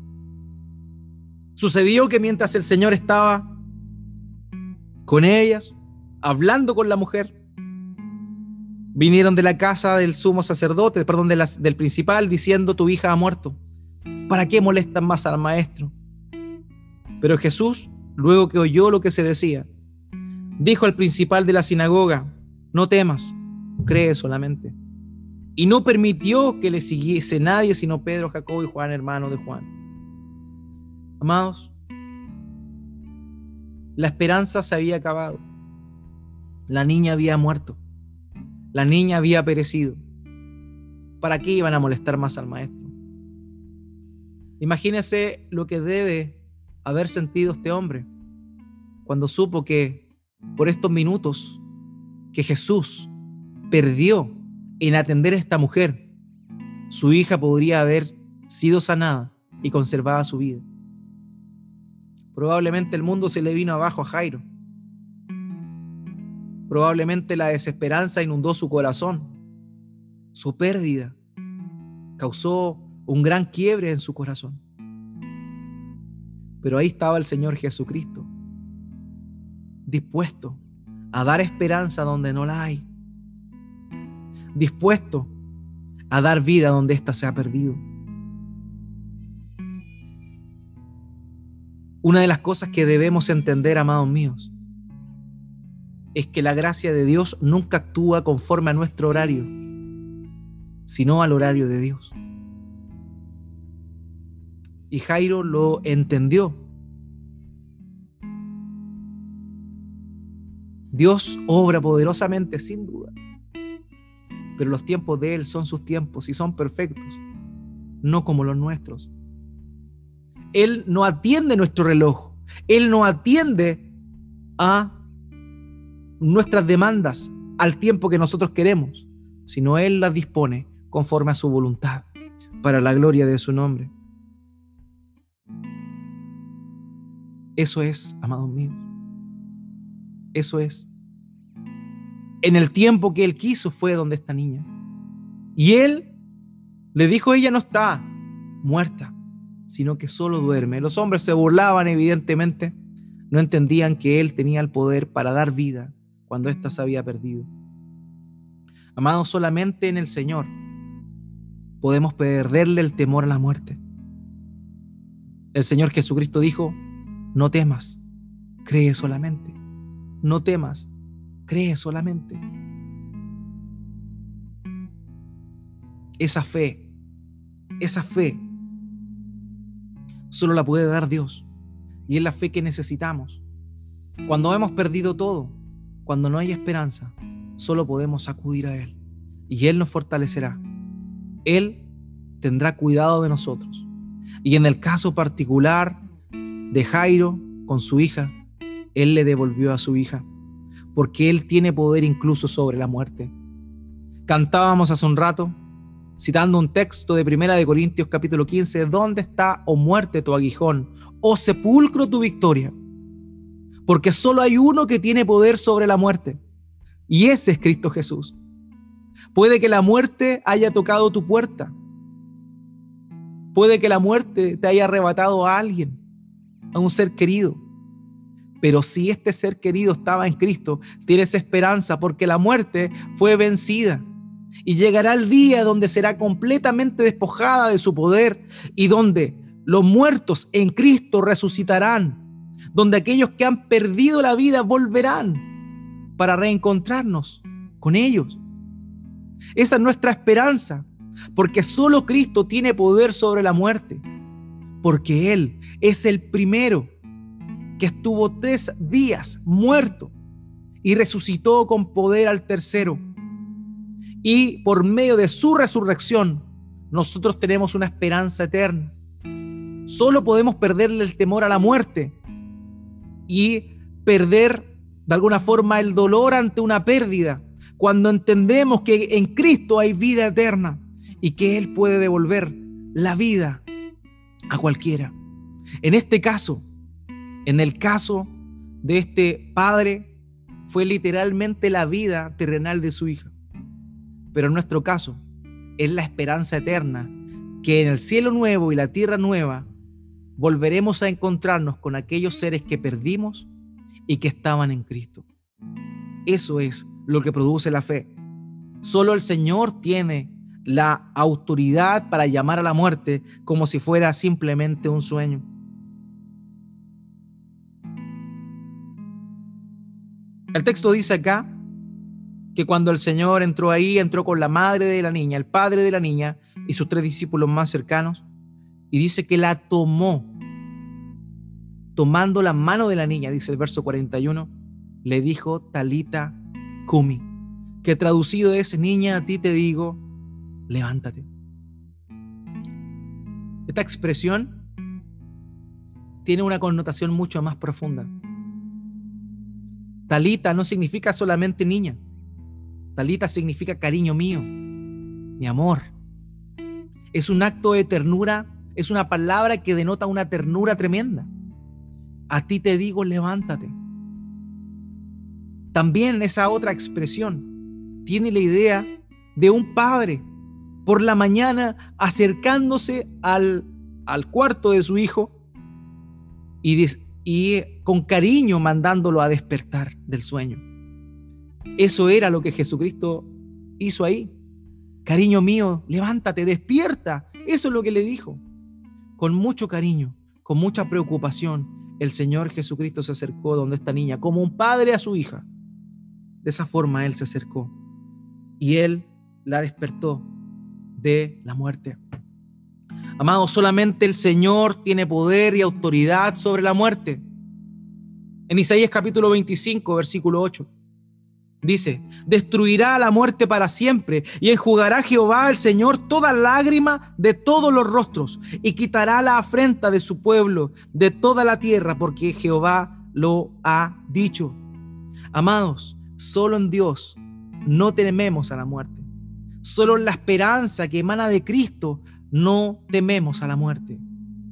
Sucedió que mientras el Señor estaba con ellas, hablando con la mujer, vinieron de la casa del sumo sacerdote, del principal, diciendo: tu hija ha muerto. ¿Para qué molestan más al maestro? Pero Jesús, luego que oyó lo que se decía, dijo al principal de la sinagoga: no temas, cree solamente. Y no permitió que le siguiese nadie sino Pedro, Jacobo y Juan, hermano de Juan. Amados, la esperanza se había acabado. La niña había muerto. La niña había perecido. ¿Para qué iban a molestar más al maestro? Imagínese lo que debe haber sentido este hombre cuando supo que por estos minutos que Jesús perdió en atender a esta mujer, su hija podría haber sido sanada y conservada su vida. Probablemente el mundo se le vino abajo a Jairo. Probablemente la desesperanza inundó su corazón. Su pérdida causó un gran quiebre en su corazón. Pero ahí estaba el Señor Jesucristo, dispuesto a dar esperanza donde no la hay, dispuesto a dar vida donde ésta se ha perdido. Una de las cosas que debemos entender, amados míos, es que la gracia de Dios nunca actúa conforme a nuestro horario, sino al horario de Dios. Y Jairo lo entendió. Dios obra poderosamente, sin duda, pero los tiempos de Él son sus tiempos y son perfectos, no como los nuestros. Él no atiende nuestro reloj, Él no atiende a nuestras demandas al tiempo que nosotros queremos, sino Él las dispone conforme a su voluntad, para la gloria de su nombre. Eso es, amados míos, eso es. En el tiempo que Él quiso fue donde esta niña. Y Él le dijo: ella no está muerta, sino que solo duerme. Los hombres se burlaban, evidentemente, no entendían que Él tenía el poder para dar vida cuando ésta se había perdido. Amados, solamente en el Señor podemos perderle el temor a la muerte. El Señor Jesucristo dijo: no temas, cree solamente. No temas, cree solamente. Esa fe solo la puede dar Dios, y es la fe que necesitamos. Cuando hemos perdido todo, cuando no hay esperanza, solo podemos acudir a Él, y Él nos fortalecerá. Él tendrá cuidado de nosotros. Y en el caso particular de Jairo con su hija, Él le devolvió a su hija, porque Él tiene poder incluso sobre la muerte. Cantábamos hace un rato, citando un texto de 1 Corintios capítulo 15, ¿dónde está, oh muerte, tu aguijón, oh sepulcro, tu victoria? Porque solo hay uno que tiene poder sobre la muerte, y ese es Cristo Jesús. Puede que la muerte haya tocado tu puerta, puede que la muerte te haya arrebatado a alguien, a un ser querido, pero si este ser querido estaba en Cristo, tienes esperanza, porque la muerte fue vencida. Y llegará el día donde será completamente despojada de su poder, y donde los muertos en Cristo resucitarán, donde aquellos que han perdido la vida volverán para reencontrarnos con ellos. Esa es nuestra esperanza, porque solo Cristo tiene poder sobre la muerte, porque Él es el primero que estuvo 3 días muerto y resucitó con poder al tercero. Y por medio de su resurrección, nosotros tenemos una esperanza eterna. Solo podemos perderle el temor a la muerte y perder de alguna forma el dolor ante una pérdida cuando entendemos que en Cristo hay vida eterna y que Él puede devolver la vida a cualquiera. En este caso, en el caso de este padre, fue literalmente la vida terrenal de su hija. Pero en nuestro caso, es la esperanza eterna, que en el cielo nuevo y la tierra nueva volveremos a encontrarnos con aquellos seres que perdimos y que estaban en Cristo. Eso es lo que produce la fe. Solo el Señor tiene la autoridad para llamar a la muerte como si fuera simplemente un sueño. El texto dice acá que cuando el Señor entró ahí, entró con la madre de la niña, el padre de la niña y sus 3 discípulos más cercanos, y dice que la tomó, tomando la mano de la niña, dice el verso 41, le dijo Talita Cumi, que traducido es: niña, a ti te digo, levántate. Esta expresión tiene una connotación mucho más profunda. Talita no significa solamente niña. Talita significa cariño mío, mi amor. Es un acto de ternura, es una palabra que denota una ternura tremenda. A ti te digo, levántate. También esa otra expresión tiene la idea de un padre por la mañana acercándose al cuarto de su hijo y con cariño mandándolo a despertar del sueño. Eso era lo que Jesucristo hizo ahí. Cariño mío, levántate, despierta. Eso es lo que le dijo. Con mucho cariño, con mucha preocupación, el Señor Jesucristo se acercó donde esta niña, como un padre a su hija. De esa forma Él se acercó y Él la despertó de la muerte. Amados, solamente el Señor tiene poder y autoridad sobre la muerte. En Isaías capítulo 25, versículo 8, dice: destruirá la muerte para siempre y enjugará Jehová el Señor toda lágrima de todos los rostros y quitará la afrenta de su pueblo de toda la tierra, porque Jehová lo ha dicho. Amados, solo en Dios no tememos a la muerte. Solo en la esperanza que emana de Cristo no tememos a la muerte.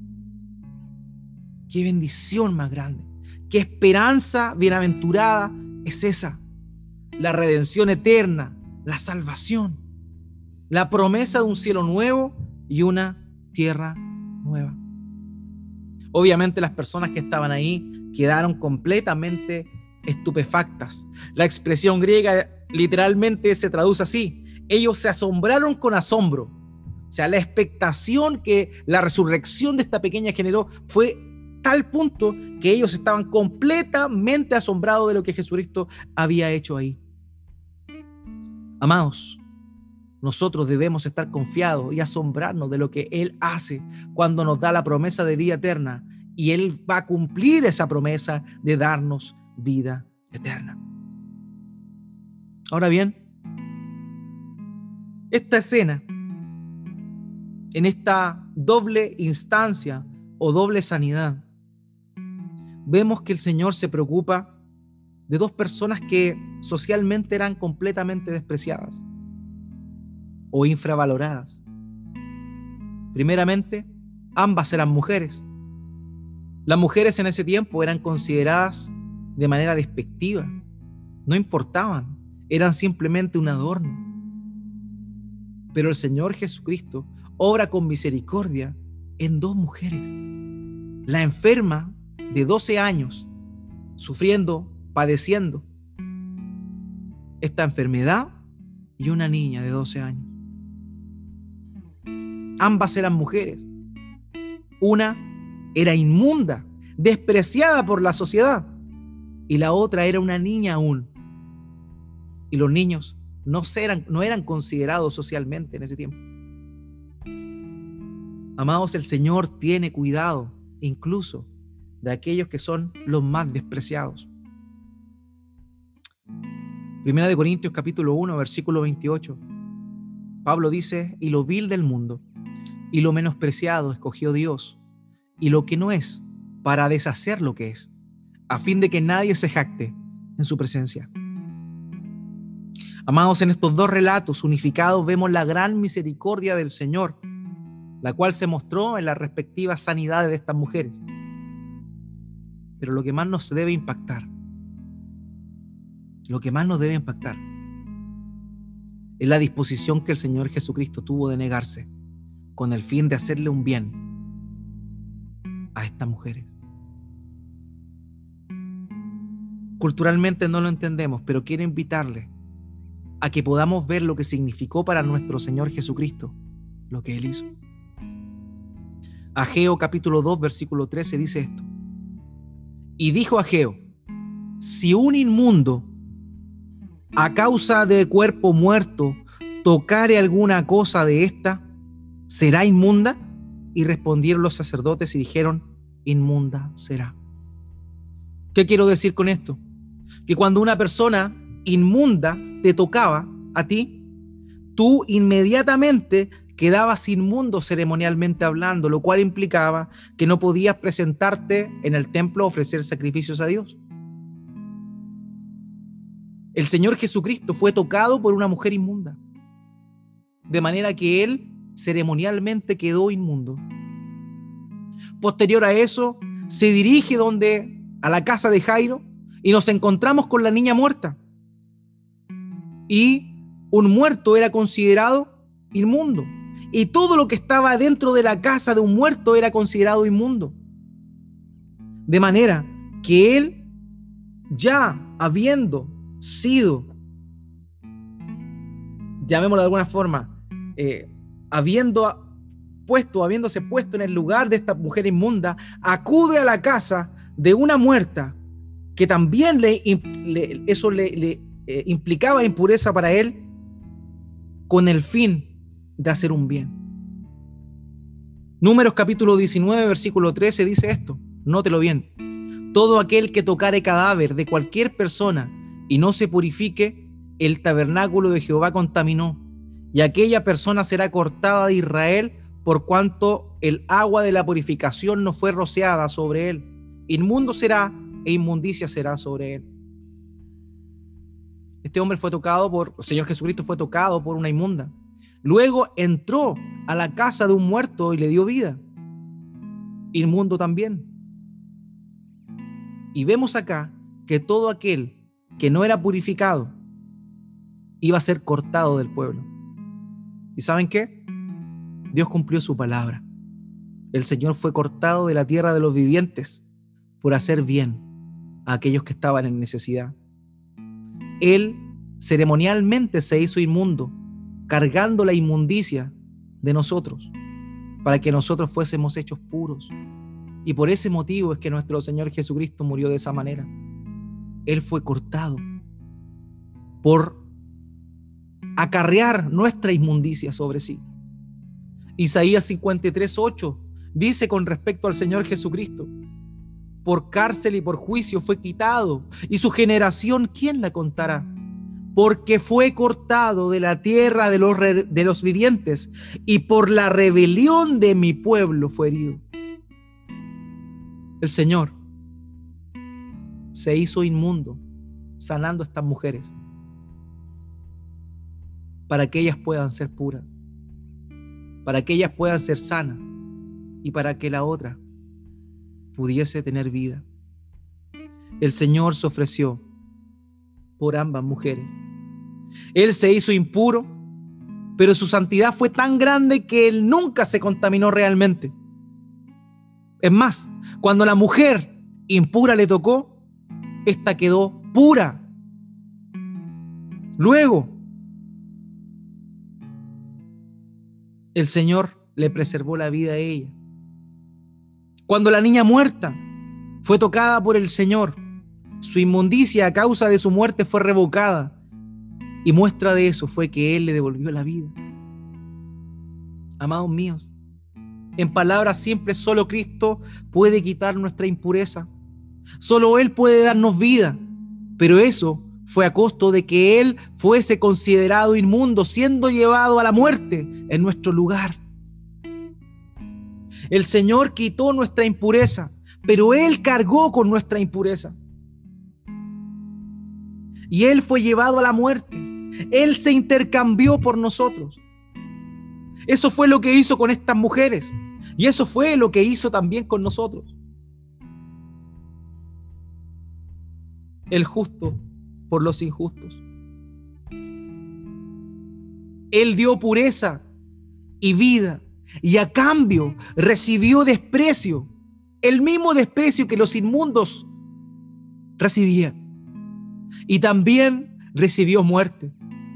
Qué bendición más grande, qué esperanza bienaventurada es esa. La redención eterna, la salvación, la promesa de un cielo nuevo y una tierra nueva. Obviamente las personas que estaban ahí quedaron completamente estupefactas. La expresión griega literalmente se traduce así: ellos se asombraron con asombro. O sea, la expectación que la resurrección de esta pequeña generó fue tal punto que ellos estaban completamente asombrados de lo que Jesucristo había hecho ahí. Amados, nosotros debemos estar confiados y asombrarnos de lo que Él hace cuando nos da la promesa de vida eterna, y Él va a cumplir esa promesa de darnos vida eterna. Ahora bien, esta escena, en esta doble instancia o doble sanidad, vemos que el Señor se preocupa de 2 personas que socialmente eran completamente despreciadas o infravaloradas. Primeramente, ambas eran mujeres. Las mujeres en ese tiempo eran consideradas de manera despectiva, no importaban, eran simplemente un adorno. Pero el Señor Jesucristo obra con misericordia en 2 mujeres. La enferma de 12 años, sufriendo, padeciendo esta enfermedad, y una niña de 12 años. Ambas eran mujeres. Una era inmunda, despreciada por la sociedad, y la otra era una niña aún. Y los niños no eran considerados socialmente en ese tiempo. Amados, el Señor tiene cuidado incluso de aquellos que son los más despreciados. Primera de Corintios capítulo 1, versículo 28. Pablo dice: y lo vil del mundo y lo menospreciado escogió Dios, y lo que no es, para deshacer lo que es, a fin de que nadie se jacte en su presencia. Amados, en estos 2 relatos unificados vemos la gran misericordia del Señor la cual se mostró en las respectivas sanidades de estas mujeres. Pero lo que más nos debe impactar, es la disposición que el Señor Jesucristo tuvo de negarse con el fin de hacerle un bien a estas mujeres. Culturalmente no lo entendemos, pero quiero invitarle a que podamos ver lo que significó para nuestro Señor Jesucristo lo que Él hizo. Ageo capítulo 2 versículo 13 dice esto: y dijo Ageo, si un inmundo a causa de cuerpo muerto tocare alguna cosa de esta, ¿será inmunda? Y respondieron los sacerdotes y dijeron, inmunda será. ¿Qué quiero decir con esto? Que cuando una persona inmunda te tocaba a ti, tú inmediatamente quedabas inmundo ceremonialmente hablando, lo cual implicaba que no podías presentarte en el templo a ofrecer sacrificios a Dios. El Señor Jesucristo fue tocado por una mujer inmunda, de manera que Él ceremonialmente quedó inmundo. Posterior a eso, se dirige a la casa de Jairo y nos encontramos con la niña muerta. Y un muerto era considerado inmundo. Y todo lo que estaba dentro de la casa de un muerto era considerado inmundo. De manera que él, ya habiendo sido, llamémoslo de alguna forma, habiéndose puesto en el lugar de esta mujer inmunda, acude a la casa de una muerta que también eso le implicaba impureza para él, con el fin de hacer un bien. Números capítulo 19 versículo 13 dice esto, nótelo bien: todo aquel que tocare cadáver de cualquier persona y no se purifique, el tabernáculo de Jehová contaminó, y aquella persona será cortada de Israel, por cuanto el agua de la purificación no fue rociada sobre él. Inmundo será e inmundicia será sobre él. Este hombre el Señor Jesucristo fue tocado por una inmunda. Luego entró a la casa de un muerto y le dio vida. Inmundo también. Y vemos acá que todo aquel que no era purificado iba a ser cortado del pueblo. ¿Y saben qué? Dios cumplió su palabra. El Señor fue cortado de la tierra de los vivientes por hacer bien a aquellos que estaban en necesidad. Él ceremonialmente se hizo inmundo, cargando la inmundicia de nosotros, para que nosotros fuésemos hechos puros. Y por ese motivo es que nuestro Señor Jesucristo murió de esa manera. Él fue cortado por acarrear nuestra inmundicia sobre sí. Isaías 53:8 dice con respecto al Señor Jesucristo: por cárcel y por juicio fue quitado, y su generación, ¿quién la contará? Porque fue cortado de la tierra de los vivientes, y por la rebelión de mi pueblo fue herido. El Señor se hizo inmundo sanando a estas mujeres para que ellas puedan ser puras, para que ellas puedan ser sanas y para que la otra pudiese tener vida. El Señor se ofreció por ambas mujeres. Él se hizo impuro, pero su santidad fue tan grande que él nunca se contaminó realmente. Es más, cuando la mujer impura le tocó, esta quedó pura. Luego, el Señor le preservó la vida a ella. Cuando la niña muerta fue tocada por el Señor, su inmundicia a causa de su muerte fue revocada, y muestra de eso fue que Él le devolvió la vida. Amados míos, en palabras simples, solo Cristo puede quitar nuestra impureza. Solo Él puede darnos vida, pero eso fue a costo de que Él fuese considerado inmundo, siendo llevado a la muerte en nuestro lugar. El Señor quitó nuestra impureza, pero Él cargó con nuestra impureza. Y Él fue llevado a la muerte. Él se intercambió por nosotros. Eso fue lo que hizo con estas mujeres. Y eso fue lo que hizo también con nosotros. El justo por los injustos. Él dio pureza y vida, y a cambio recibió desprecio, el mismo desprecio que los inmundos recibían. Y también recibió muerte.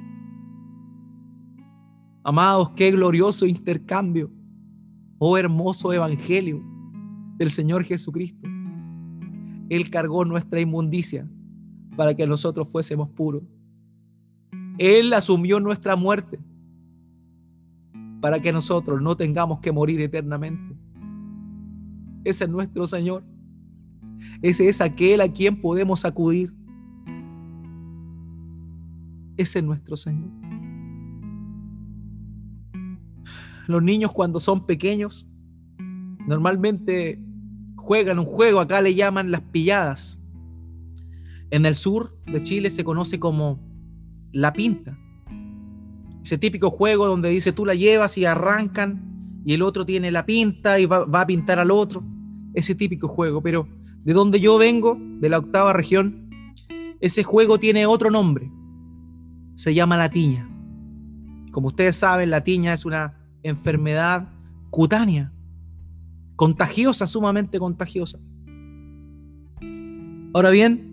Amados, qué glorioso intercambio, oh hermoso evangelio del Señor Jesucristo. Él cargó nuestra inmundicia para que nosotros fuésemos puros. Él asumió nuestra muerte para que nosotros no tengamos que morir eternamente. Ese es nuestro Señor. Ese es aquel a quien podemos acudir. Ese es nuestro Señor. Los niños, cuando son pequeños, normalmente juegan un juego, acá le llaman las pilladas. En el sur de Chile se conoce como la pinta. Ese típico juego donde dice tú la llevas y arrancan y el otro tiene la pinta y va a pintar al otro. Ese típico juego. Pero de donde yo vengo, de la 8ª región, ese juego tiene otro nombre. Se llama la tiña. Como ustedes saben, la tiña es una enfermedad cutánea, contagiosa, sumamente contagiosa. Ahora bien,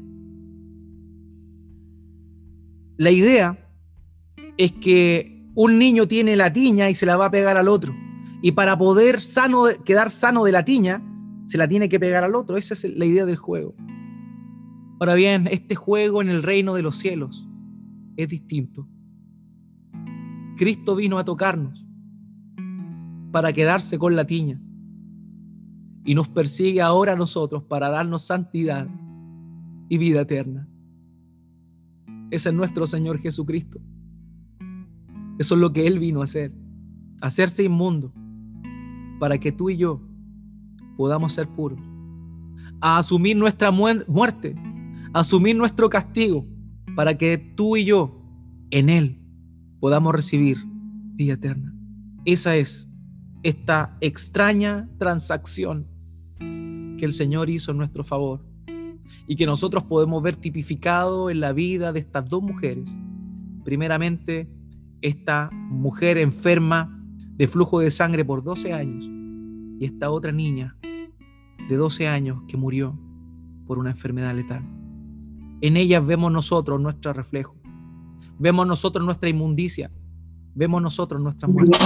la idea es que un niño tiene la tiña y se la va a pegar al otro. Y para poder quedar sano de la tiña, se la tiene que pegar al otro. Esa es la idea del juego. Ahora bien, este juego en el reino de los cielos es distinto. Cristo vino a tocarnos para quedarse con la tiña. Y nos persigue ahora a nosotros para darnos santidad y vida eterna. Ese es nuestro Señor Jesucristo. Eso es lo que Él vino a hacer. Hacerse inmundo para que tú y yo podamos ser puros. A asumir nuestra muerte, a asumir nuestro castigo, para que tú y yo en Él podamos recibir vida eterna. Esa es esta extraña transacción que el Señor hizo en nuestro favor y que nosotros podemos ver tipificado en la vida de estas dos mujeres. Primeramente, esta mujer enferma de flujo de sangre por 12 años y esta otra niña de 12 años que murió por una enfermedad letal. En ellas vemos nosotros nuestro reflejo, vemos nosotros nuestra inmundicia, vemos nosotros nuestra muerte.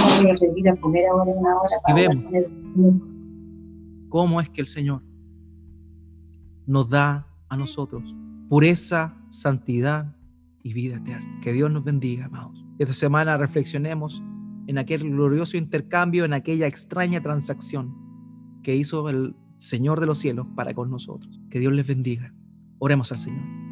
Y vemos cómo es que el Señor nos da a nosotros pureza, santidad y vida eterna. Que Dios nos bendiga, amados. Esta semana reflexionemos en aquel glorioso intercambio, en aquella extraña transacción que hizo el Señor de los cielos para con nosotros. Que Dios les bendiga. Oremos al Señor.